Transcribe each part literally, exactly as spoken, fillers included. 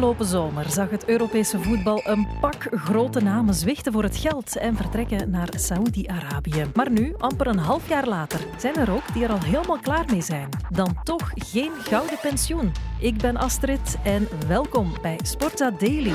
Afgelopen zomer zag het Europese voetbal een pak grote namen zwichten voor het geld en vertrekken naar Saoedi-Arabië. Maar nu, amper een half jaar later, zijn er ook die er al helemaal klaar mee zijn. Dan toch geen gouden pensioen. Ik ben Astrid en welkom bij Sportza Daily.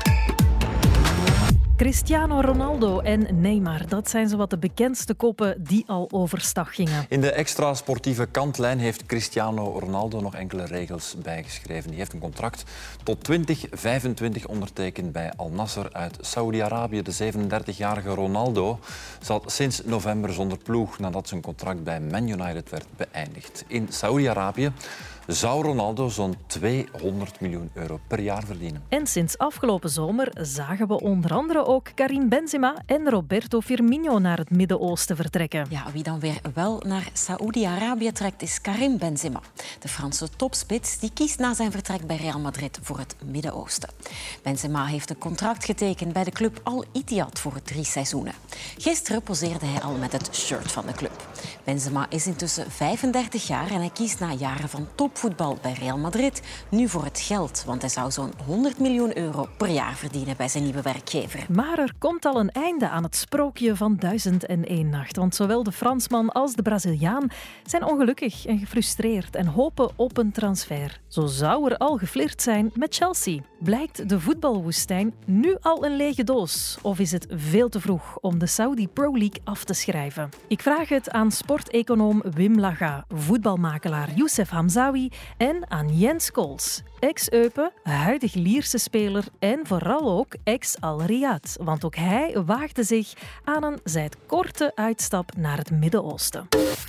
Cristiano Ronaldo en Neymar, dat zijn zowat de bekendste koppen die al overstag gingen. In de extra sportieve kantlijn heeft Cristiano Ronaldo nog enkele regels bijgeschreven. Die heeft een contract tot twintig vijfentwintig ondertekend bij Al Nassr uit Saoedi-Arabië. De zevenendertigjarige Ronaldo zat sinds november zonder ploeg nadat zijn contract bij Man United werd beëindigd. In Saoedi-Arabië zou Ronaldo zo'n tweehonderd miljoen euro per jaar verdienen. En sinds afgelopen zomer zagen we onder andere ook Karim Benzema en Roberto Firmino naar het Midden-Oosten vertrekken. Ja, wie dan weer wel naar Saoedi-Arabië trekt is Karim Benzema. De Franse topspits die kiest na zijn vertrek bij Real Madrid voor het Midden-Oosten. Benzema heeft een contract getekend bij de club Al Ittihad voor drie seizoenen. Gisteren poseerde hij al met het shirt van de club. Benzema is intussen vijfendertig jaar en hij kiest na jaren van topvoetbal bij Real Madrid nu voor het geld, want hij zou zo'n honderd miljoen euro per jaar verdienen bij zijn nieuwe werkgever. Maar er komt al een einde aan het sprookje van duizend en één nacht, want zowel de Fransman als de Braziliaan zijn ongelukkig en gefrustreerd en hopen op een transfer. Zo zou er al geflirt zijn met Chelsea. Blijkt de voetbalwoestijn nu al een lege doos? Of is het veel te vroeg om de Saudi Pro League af te schrijven? Ik vraag het aan sporteconoom Wim Laga, voetbalmakelaar Youssef Hamzaoui en aan Jens Kools, ex-Eupen, huidig Lierse speler en vooral ook ex-Al Riyad. Want ook hij waagde zich aan een zijdkorte uitstap naar het Midden-Oosten.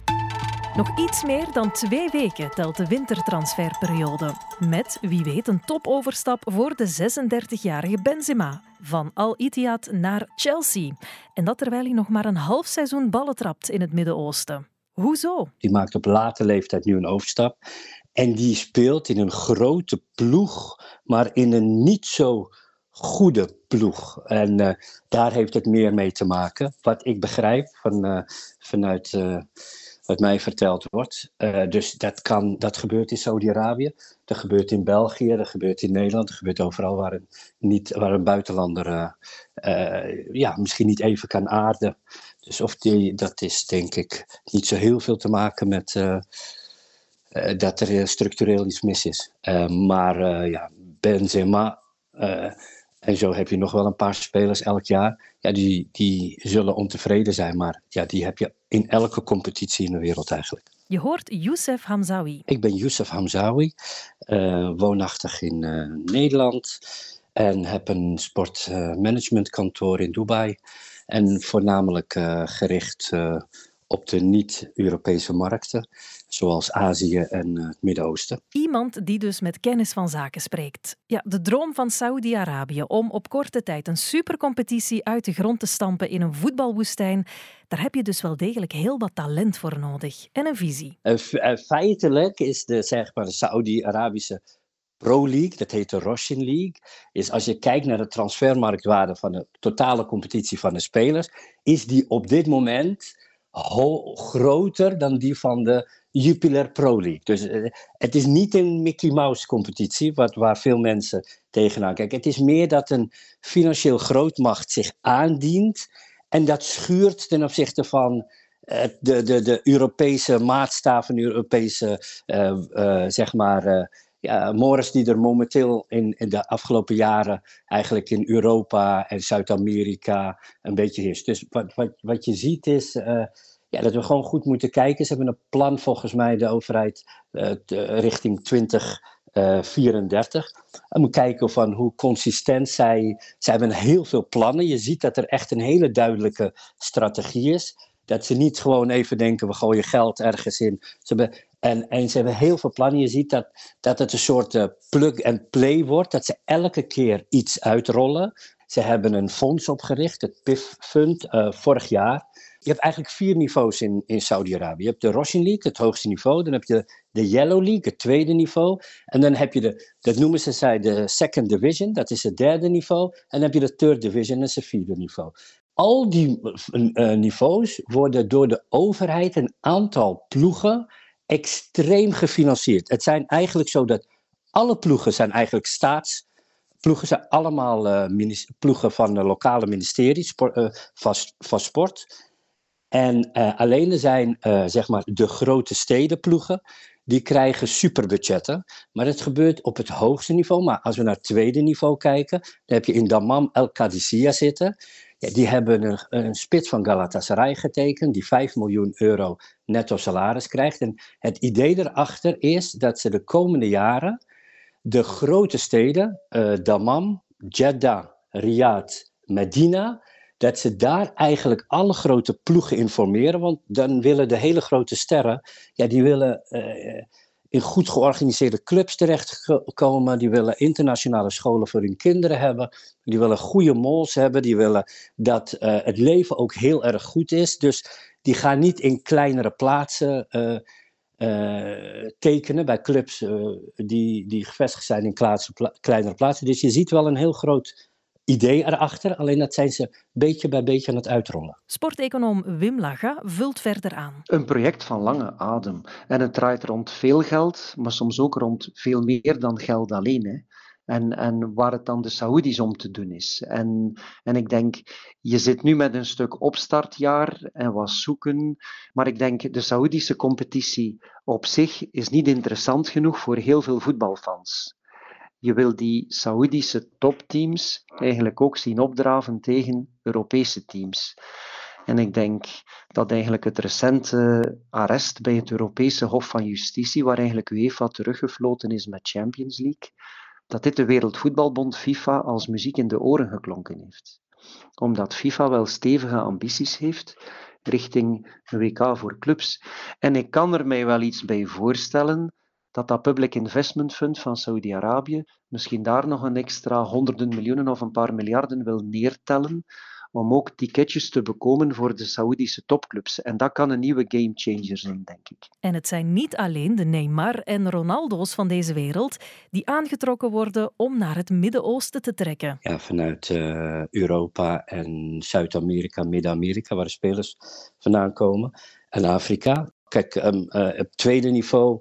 Nog iets meer dan twee weken telt de wintertransferperiode. Met, wie weet, een topoverstap voor de zesendertigjarige Benzema. Van Al Ittihad naar Chelsea. En dat terwijl hij nog maar een half seizoen ballen trapt in het Midden-Oosten. Hoezo? Die maakt op late leeftijd nu een overstap. En die speelt in een grote ploeg, maar in een niet zo goede ploeg. En uh, daar heeft het meer mee te maken. Wat ik begrijp van, uh, vanuit uh, wat mij verteld wordt. Uh, dus dat, kan, dat gebeurt in Saudi-Arabië, dat gebeurt in België, dat gebeurt in Nederland, dat gebeurt overal waar een, niet, waar een buitenlander uh, uh, ja, misschien niet even kan aarden. Dus of die, dat is denk ik niet zo heel veel te maken met uh, uh, dat er structureel iets mis is. Uh, maar uh, ja, Benzema, uh, en zo heb je nog wel een paar spelers elk jaar. Ja, die, die zullen ontevreden zijn, maar ja, die heb je in elke competitie in de wereld eigenlijk. Je hoort Youssef Hamzaoui. Ik ben Youssef Hamzaoui, uh, woonachtig in uh, Nederland en heb een sportmanagementkantoor in Dubai. En voornamelijk uh, gericht uh, op de niet-Europese markten, zoals Azië en uh, het Midden-Oosten. Iemand die dus met kennis van zaken spreekt. Ja, de droom van Saudi-Arabië om op korte tijd een supercompetitie uit de grond te stampen in een voetbalwoestijn, daar heb je dus wel degelijk heel wat talent voor nodig en een visie. Uh, f- uh, feitelijk is de, zeg maar, de Saudi-Arabische Pro League, dat heet de Russian League, is als je kijkt naar de transfermarktwaarde van de totale competitie van de spelers, is die op dit moment ho- groter dan die van de Jupiler Pro League. Dus uh, het is niet een Mickey Mouse competitie, wat, waar veel mensen tegenaan kijken. Het is meer dat een financieel grootmacht zich aandient en dat schuurt ten opzichte van uh, de, de, de Europese maatstaven, Europese uh, uh, zeg maar uh, Ja, mores die er momenteel in, in de afgelopen jaren eigenlijk in Europa en Zuid-Amerika een beetje heerst. Dus wat, wat, wat je ziet is uh, ja, dat we gewoon goed moeten kijken. Ze hebben een plan volgens mij, de overheid, uh, te, richting twintig vierendertig. En moet kijken van hoe consistent zij... Ze hebben heel veel plannen. Je ziet dat er echt een hele duidelijke strategie is. Dat ze niet gewoon even denken, we gooien geld ergens in. Ze hebben, en, en ze hebben heel veel plannen. Je ziet dat, dat het een soort uh, plug-and-play wordt. Dat ze elke keer iets uitrollen. Ze hebben een fonds opgericht, het P I F-fund, uh, vorig jaar. Je hebt eigenlijk vier niveaus in, in Saudi-Arabië. Je hebt de Russian League, het hoogste niveau. Dan heb je de Yellow League, het tweede niveau. En dan heb je de, dat noemen ze zij de Second Division, dat is het derde niveau. En dan heb je de Third Division, dat is het vierde niveau. Al die uh, niveaus worden door de overheid, een aantal ploegen, extreem gefinancierd. Het zijn eigenlijk zo dat alle ploegen zijn eigenlijk staats ploegen zijn allemaal uh, minis- ploegen van de lokale ministeries sport, uh, van, van sport. En uh, alleen er zijn uh, zeg maar de grote stedenploegen, die krijgen superbudgetten. Maar dat gebeurt op het hoogste niveau. Maar als we naar het tweede niveau kijken, dan heb je in Dammam El Qadisiyah zitten. Ja, die hebben een, een spits van Galatasaray getekend, die vijf miljoen euro netto salaris krijgt. En het idee erachter is dat ze de komende jaren de grote steden, uh, Dammam, Jeddah, Riyadh, Medina, dat ze daar eigenlijk alle grote ploegen informeren. Want dan willen de hele grote sterren, ja, die willen uh, in goed georganiseerde clubs terechtkomen. Die willen internationale scholen voor hun kinderen hebben. Die willen goede malls hebben. Die willen dat uh, het leven ook heel erg goed is. Dus die gaan niet in kleinere plaatsen uh, uh, tekenen bij clubs uh, die, die gevestigd zijn in plaatsen, pla- kleinere plaatsen. Dus je ziet wel een heel groot idee erachter, alleen dat zijn ze beetje bij beetje aan het uitrollen. Sporteconoom Wim Laga vult verder aan. Een project van lange adem. En het draait rond veel geld, maar soms ook rond veel meer dan geld alleen. Hè. En, en waar het dan de Saoedi's om te doen is. En, en ik denk, je zit nu met een stuk opstartjaar en wat zoeken. Maar ik denk, de Saoedische competitie op zich is niet interessant genoeg voor heel veel voetbalfans. Je wil die Saoedische topteams eigenlijk ook zien opdraven tegen Europese teams. En ik denk dat eigenlijk het recente arrest bij het Europese Hof van Justitie, waar eigenlijk UEFA teruggefloten is met Champions League, dat dit de Wereldvoetbalbond FIFA als muziek in de oren geklonken heeft. Omdat FIFA wel stevige ambities heeft richting een W K voor clubs. En ik kan er mij wel iets bij voorstellen dat dat Public Investment Fund van Saudi-Arabië misschien daar nog een extra honderden miljoenen of een paar miljarden wil neertellen om ook ticketjes te bekomen voor de Saoedische topclubs. En dat kan een nieuwe gamechanger zijn, denk ik. En het zijn niet alleen de Neymar en Ronaldo's van deze wereld die aangetrokken worden om naar het Midden-Oosten te trekken. Ja, vanuit uh, Europa en Zuid-Amerika, Midden-Amerika, waar de spelers vandaan komen. En Afrika. Kijk, um, uh, op tweede niveau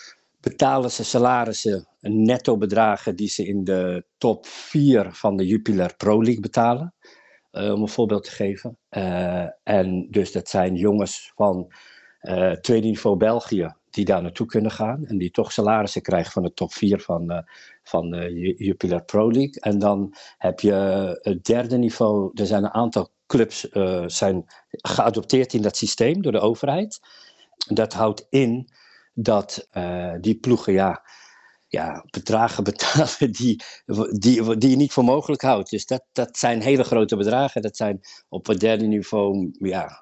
betalen ze salarissen, netto bedragen die ze in de top vier van de Jupiler Pro League betalen. Uh, om een voorbeeld te geven. Uh, en dus dat zijn jongens van uh, tweede niveau België die daar naartoe kunnen gaan. En die toch salarissen krijgen van de top vier van, uh, van de Jupiler Pro League. En dan heb je het derde niveau. Er zijn een aantal clubs uh, zijn geadopteerd in dat systeem door de overheid. Dat houdt in dat uh, die ploegen ja, ja, bedragen betalen die, die, die je niet voor mogelijk houdt. Dus dat, dat zijn hele grote bedragen. Dat zijn op het derde niveau ja,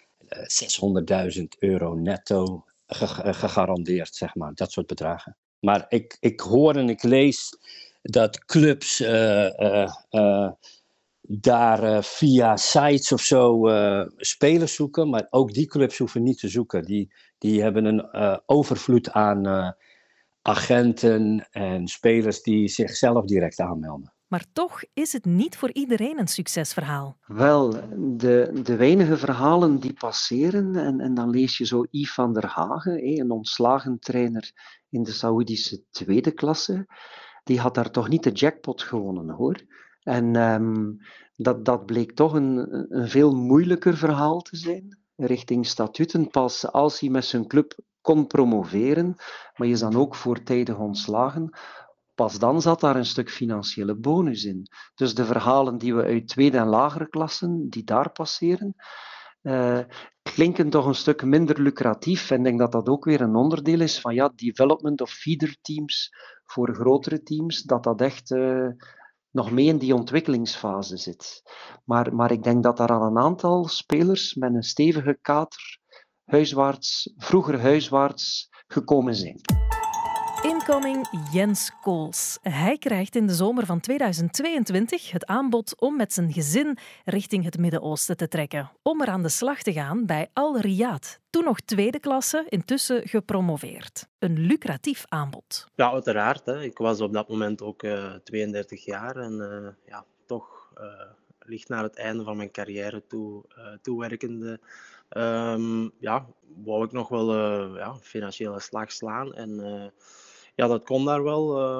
zeshonderdduizend euro netto ge- gegarandeerd, zeg maar. Dat soort bedragen. Maar ik, ik hoor en ik lees dat clubs uh, uh, uh, daar uh, via sites of zo uh, spelers zoeken. Maar ook die clubs hoeven niet te zoeken. Die, die hebben een uh, overvloed aan uh, agenten en spelers die zichzelf direct aanmelden. Maar toch is het niet voor iedereen een succesverhaal. Wel, de, de weinige verhalen die passeren, en, en dan lees je zo Yves van der Hagen, een ontslagen trainer in de Saoedische tweede klasse, die had daar toch niet de jackpot gewonnen, hoor. En um, dat, dat bleek toch een, een veel moeilijker verhaal te zijn, richting statuten. Pas als hij met zijn club kon promoveren, maar je is dan ook voortijdig ontslagen, pas dan zat daar een stuk financiële bonus in. Dus de verhalen die we uit tweede en lagere klassen, die daar passeren, uh, klinken toch een stuk minder lucratief. En ik denk dat dat ook weer een onderdeel is van ja, development of feeder teams voor grotere teams, dat dat echt uh, nog mee in die ontwikkelingsfase zit. Maar, maar ik denk dat daar al een aantal spelers met een stevige kater huiswaarts, vroeger huiswaarts gekomen zijn. Incoming Jens Kools. Hij krijgt in de zomer van tweeduizend tweeëntwintig het aanbod om met zijn gezin richting het Midden-Oosten te trekken. Om er aan de slag te gaan bij Al Riyadh. Toen nog tweede klasse, intussen gepromoveerd. Een lucratief aanbod. Ja, uiteraard. Hè. Ik was op dat moment ook uh, tweeëndertig jaar en uh, ja, toch uh, licht naar het einde van mijn carrière toe, uh, toewerkende. Um, ja, wou ik nog wel uh, ja, financiële slag slaan en uh, ja, dat kon daar wel. Uh,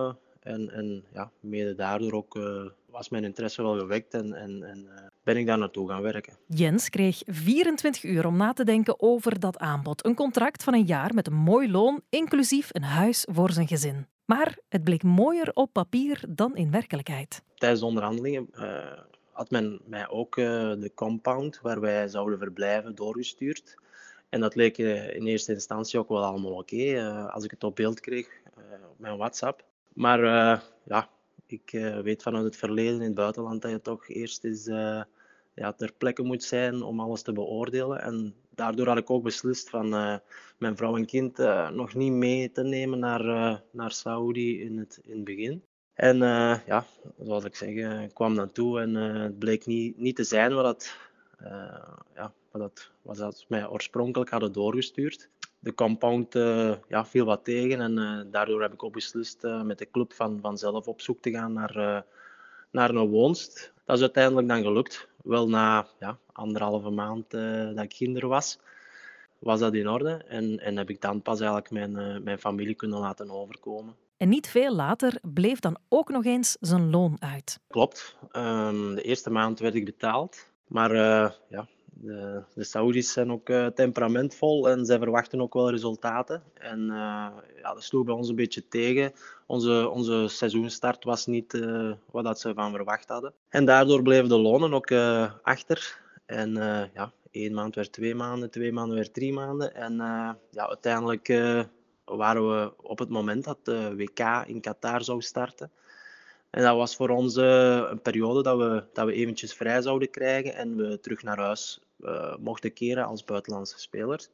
En, en ja, mede daardoor ook uh, was mijn interesse wel gewekt en, en, en uh, ben ik daar naartoe gaan werken. Jens kreeg vierentwintig uur om na te denken over dat aanbod. Een contract van een jaar met een mooi loon, inclusief een huis voor zijn gezin. Maar het bleek mooier op papier dan in werkelijkheid. Tijdens de onderhandelingen uh, had men mij ook uh, de compound waar wij zouden verblijven doorgestuurd. En dat leek uh, in eerste instantie ook wel allemaal oké, okay, uh, als ik het op beeld kreeg uh, op mijn WhatsApp. Maar uh, ja, ik uh, weet vanuit het verleden in het buitenland dat je toch eerst eens uh, ja, ter plekke moet zijn om alles te beoordelen. En daardoor had ik ook beslist van uh, mijn vrouw en kind uh, nog niet mee te nemen naar, uh, naar Saoedi in het, in het begin. En uh, ja, zoals ik zeg, uh, ik kwam dan toe en uh, het bleek niet, niet te zijn wat dat, uh, ja, wat dat, wat dat mij oorspronkelijk hadden doorgestuurd. De compound uh, ja, viel wat tegen en uh, daardoor heb ik ook beslist uh, met de club van, vanzelf op zoek te gaan naar, uh, naar een woonst. Dat is uiteindelijk dan gelukt. Wel na ja, anderhalve maand uh, dat ik kinder was, was dat in orde. En, en heb ik dan pas eigenlijk mijn, uh, mijn familie kunnen laten overkomen. En niet veel later bleef dan ook nog eens zijn loon uit. Klopt. Um, de eerste maand werd ik betaald. Maar uh, ja, de, de Saoedi's zijn ook uh, temperamentvol en zij verwachten ook wel resultaten. En uh, ja, dat sloeg bij ons een beetje tegen. Onze, onze seizoenstart was niet uh, wat dat ze van verwacht hadden. En daardoor bleven de lonen ook uh, achter. En uh, ja, één maand werd twee maanden, twee maanden werd drie maanden. En uh, ja, uiteindelijk uh, waren we op het moment dat de W K in Qatar zou starten. En dat was voor ons uh, een periode dat we, dat we eventjes vrij zouden krijgen en we terug naar huis uh, mochten keren als buitenlandse spelers.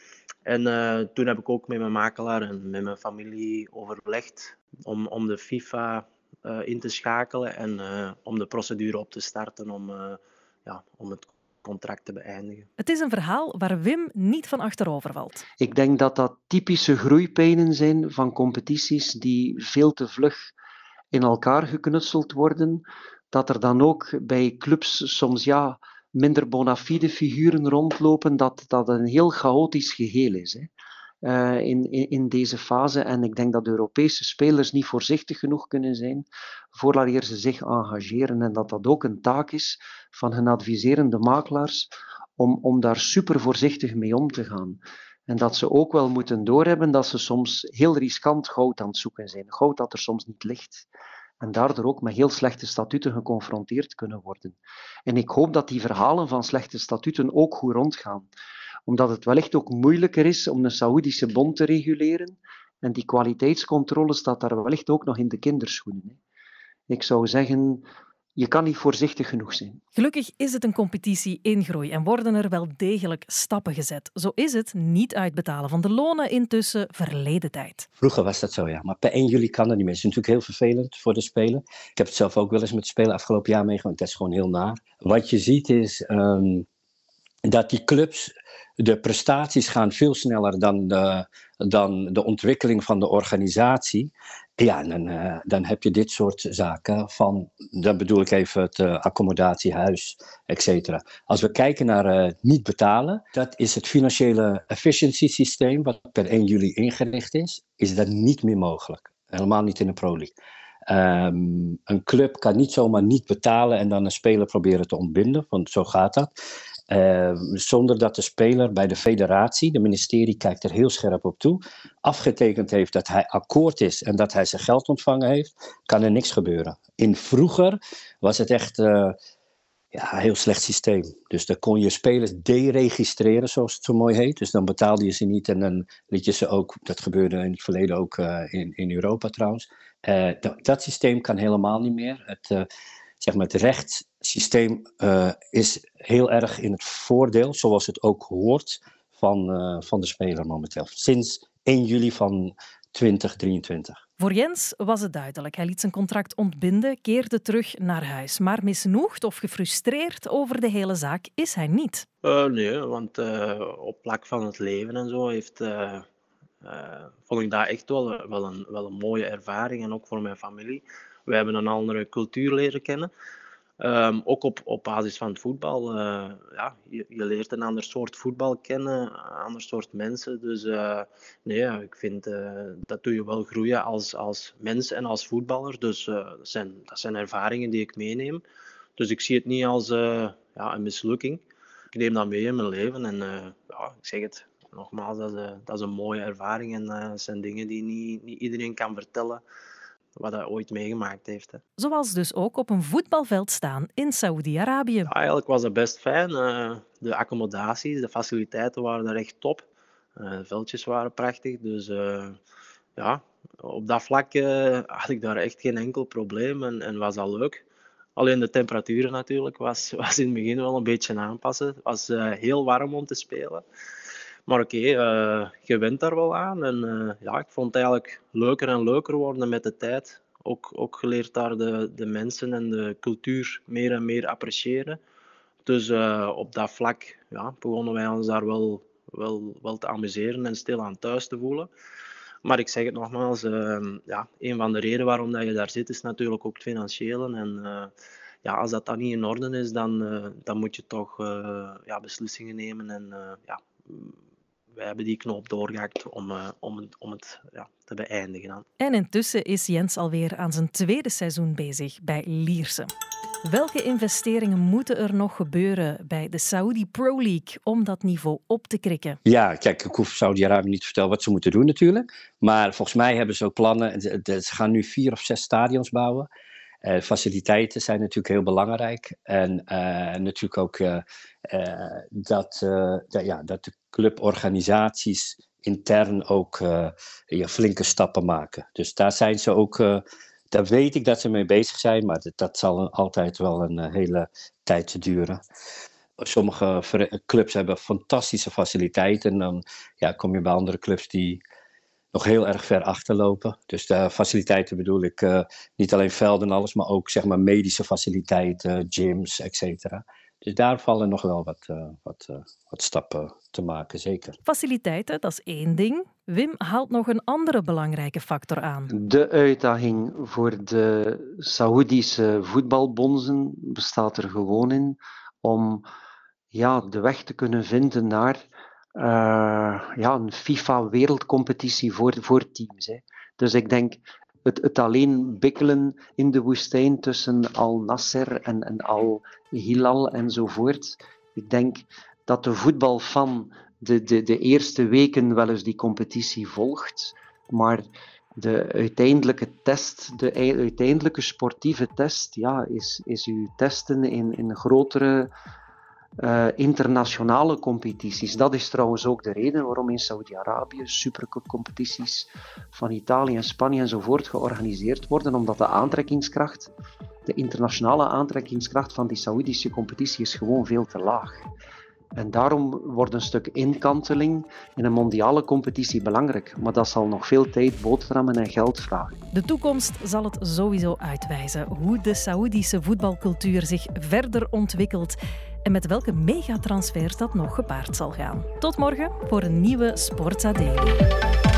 En uh, toen heb ik ook met mijn makelaar en met mijn familie overlegd om, om de FIFA uh, in te schakelen en uh, om de procedure op te starten om, uh, ja, om het contract te beëindigen. Het is een verhaal waar Wim niet van achterover valt. Ik denk dat dat typische groeipijnen zijn van competities die veel te vlug in elkaar geknutseld worden. Dat er dan ook bij clubs soms ja, minder bona fide figuren rondlopen, dat dat een heel chaotisch geheel is. Hè. Uh, in, in, in deze fase. En ik denk dat de Europese spelers niet voorzichtig genoeg kunnen zijn voordat ze zich engageren. En dat dat ook een taak is van hun adviserende makelaars om, om daar super voorzichtig mee om te gaan. En dat ze ook wel moeten doorhebben dat ze soms heel riskant goud aan het zoeken zijn. Goud dat er soms niet ligt. En daardoor ook met heel slechte statuten geconfronteerd kunnen worden. En ik hoop dat die verhalen van slechte statuten ook goed rondgaan. Omdat het wellicht ook moeilijker is om een Saoedische bond te reguleren. En die kwaliteitscontrole staat daar wellicht ook nog in de kinderschoenen. Ik zou zeggen, je kan niet voorzichtig genoeg zijn. Gelukkig is het een competitie in groei en worden er wel degelijk stappen gezet. Zo is het niet uitbetalen van de lonen intussen verleden tijd. Vroeger was dat zo, ja. Maar per één juli kan dat niet meer. Het is natuurlijk heel vervelend voor de speler. Ik heb het zelf ook wel eens met de speler afgelopen jaar meegemaakt. Dat is gewoon heel naar. Wat je ziet is um, dat die clubs, de prestaties gaan veel sneller dan de, dan de ontwikkeling van de organisatie. Ja, dan, uh, dan heb je dit soort zaken van, dan bedoel ik even het uh, accommodatiehuis, et cetera. Als we kijken naar uh, niet betalen, dat is het financiële efficiency systeem wat per één juli ingericht is, is dat niet meer mogelijk. Helemaal niet in de Pro League. Um, een club kan niet zomaar niet betalen en dan een speler proberen te ontbinden, want zo gaat dat. Uh, zonder dat de speler bij de federatie, de ministerie kijkt er heel scherp op toe, afgetekend heeft dat hij akkoord is en dat hij zijn geld ontvangen heeft, kan er niks gebeuren. In vroeger was het echt uh, ja, een heel slecht systeem. Dus dan kon je spelers deregistreren, zoals het zo mooi heet. Dus dan betaalde je ze niet en dan liet je ze ook, dat gebeurde in het verleden ook uh, in, in Europa trouwens. Uh, dat, dat systeem kan helemaal niet meer. Het, uh, zeg maar, het rechtssysteem uh, is heel erg in het voordeel, zoals het ook hoort, van, uh, van de speler momenteel. Sinds één juli van twintig drieëntwintig. Voor Jens was het duidelijk. Hij liet zijn contract ontbinden, keerde terug naar huis. Maar misnoegd of gefrustreerd over de hele zaak is hij niet. Uh, nee, want uh, op vlak van het leven en zo heeft, uh, uh, vond ik dat echt wel, wel, een, wel een mooie ervaring. En ook voor mijn familie. We hebben een andere cultuur leren kennen. Um, ook op, op basis van het voetbal. Uh, ja, je, je leert een ander soort voetbal kennen, een ander soort mensen. Dus uh, nee, ik vind uh, dat doe je wel groeien als, als mens en als voetballer. Dus uh, dat, zijn, dat zijn ervaringen die ik meeneem. Dus ik zie het niet als uh, ja, een mislukking. Ik neem dat mee in mijn leven en uh, ja, ik zeg het nogmaals, dat is, uh, dat is een mooie ervaring en uh, dat zijn dingen die niet, niet iedereen kan vertellen wat hij ooit meegemaakt heeft. Hè. Zoals dus ook op een voetbalveld staan in Saoedi-Arabië. Ja, eigenlijk was dat best fijn. Uh, de accommodaties, de faciliteiten waren daar echt top. Uh, de veldjes waren prachtig. Dus uh, ja, op dat vlak uh, had ik daar echt geen enkel probleem en, en was dat leuk. Alleen de temperaturen natuurlijk was, was in het begin wel een beetje aanpassen. Het was uh, heel warm om te spelen. Maar oké, okay, uh, je went daar wel aan. En uh, ja, ik vond het eigenlijk leuker en leuker worden met de tijd. Ook, ook geleerd daar de, de mensen en de cultuur meer en meer appreciëren. Dus uh, op dat vlak ja, begonnen wij ons daar wel, wel, wel te amuseren en stilaan thuis te voelen. Maar ik zeg het nogmaals, uh, ja, een van de redenen waarom dat je daar zit is natuurlijk ook het financiële. En uh, ja, als dat dan niet in orde is, dan, uh, dan moet je toch uh, ja, beslissingen nemen. En uh, ja, wij hebben die knoop doorgehakt om, uh, om het, om het ja, te beëindigen. Dan. En intussen is Jens alweer aan zijn tweede seizoen bezig bij Lierse. Welke investeringen moeten er nog gebeuren bij de Saudi Pro League om dat niveau op te krikken? Ja, kijk, ik hoef Saudi-Arabië niet te vertellen wat ze moeten doen natuurlijk. Maar volgens mij hebben ze ook plannen. Ze gaan nu vier of zes stadions bouwen. Uh, faciliteiten zijn natuurlijk heel belangrijk. En uh, natuurlijk ook uh, uh, dat, uh, dat, ja, dat de cluborganisaties intern ook uh, ja, flinke stappen maken. Dus daar zijn ze ook... Uh, daar weet ik dat ze mee bezig zijn, maar dat, dat zal altijd wel een uh, hele tijd duren. Sommige ver- clubs hebben fantastische faciliteiten. En dan ja, kom je bij andere clubs die nog heel erg ver achterlopen. Dus de faciliteiten bedoel ik uh, niet alleen velden en alles, maar ook zeg maar, medische faciliteiten, gyms, et cetera. Dus daar vallen nog wel wat, uh, wat, uh, wat stappen te maken, zeker. Faciliteiten, dat is één ding. Wim haalt nog een andere belangrijke factor aan. De uitdaging voor de Saoedische voetbalbonzen bestaat er gewoon in om ja, de weg te kunnen vinden naar uh, ja, een FIFA-wereldcompetitie voor, voor teams. Hè. Dus ik denk, het, het alleen bikkelen in de woestijn tussen Al-Nasser en, en Al-Hilal enzovoort. Ik denk dat de voetbalfan de, de, de eerste weken wel eens die competitie volgt, maar de uiteindelijke test, de uiteindelijke sportieve test, ja, is, is u testen in, in grotere uh, internationale competities. Dat is trouwens ook de reden waarom in Saudi-Arabië supercup-competities van Italië en Spanje enzovoort georganiseerd worden, omdat de aantrekkingskracht, de internationale aantrekkingskracht van die Saoedische competitie is gewoon veel te laag. En daarom wordt een stuk inkanteling in een mondiale competitie belangrijk. Maar dat zal nog veel tijd, boterhammen en geld vragen. De toekomst zal het sowieso uitwijzen hoe de Saoedische voetbalcultuur zich verder ontwikkelt en met welke megatransfers dat nog gepaard zal gaan. Tot morgen voor een nieuwe Sportza Daily.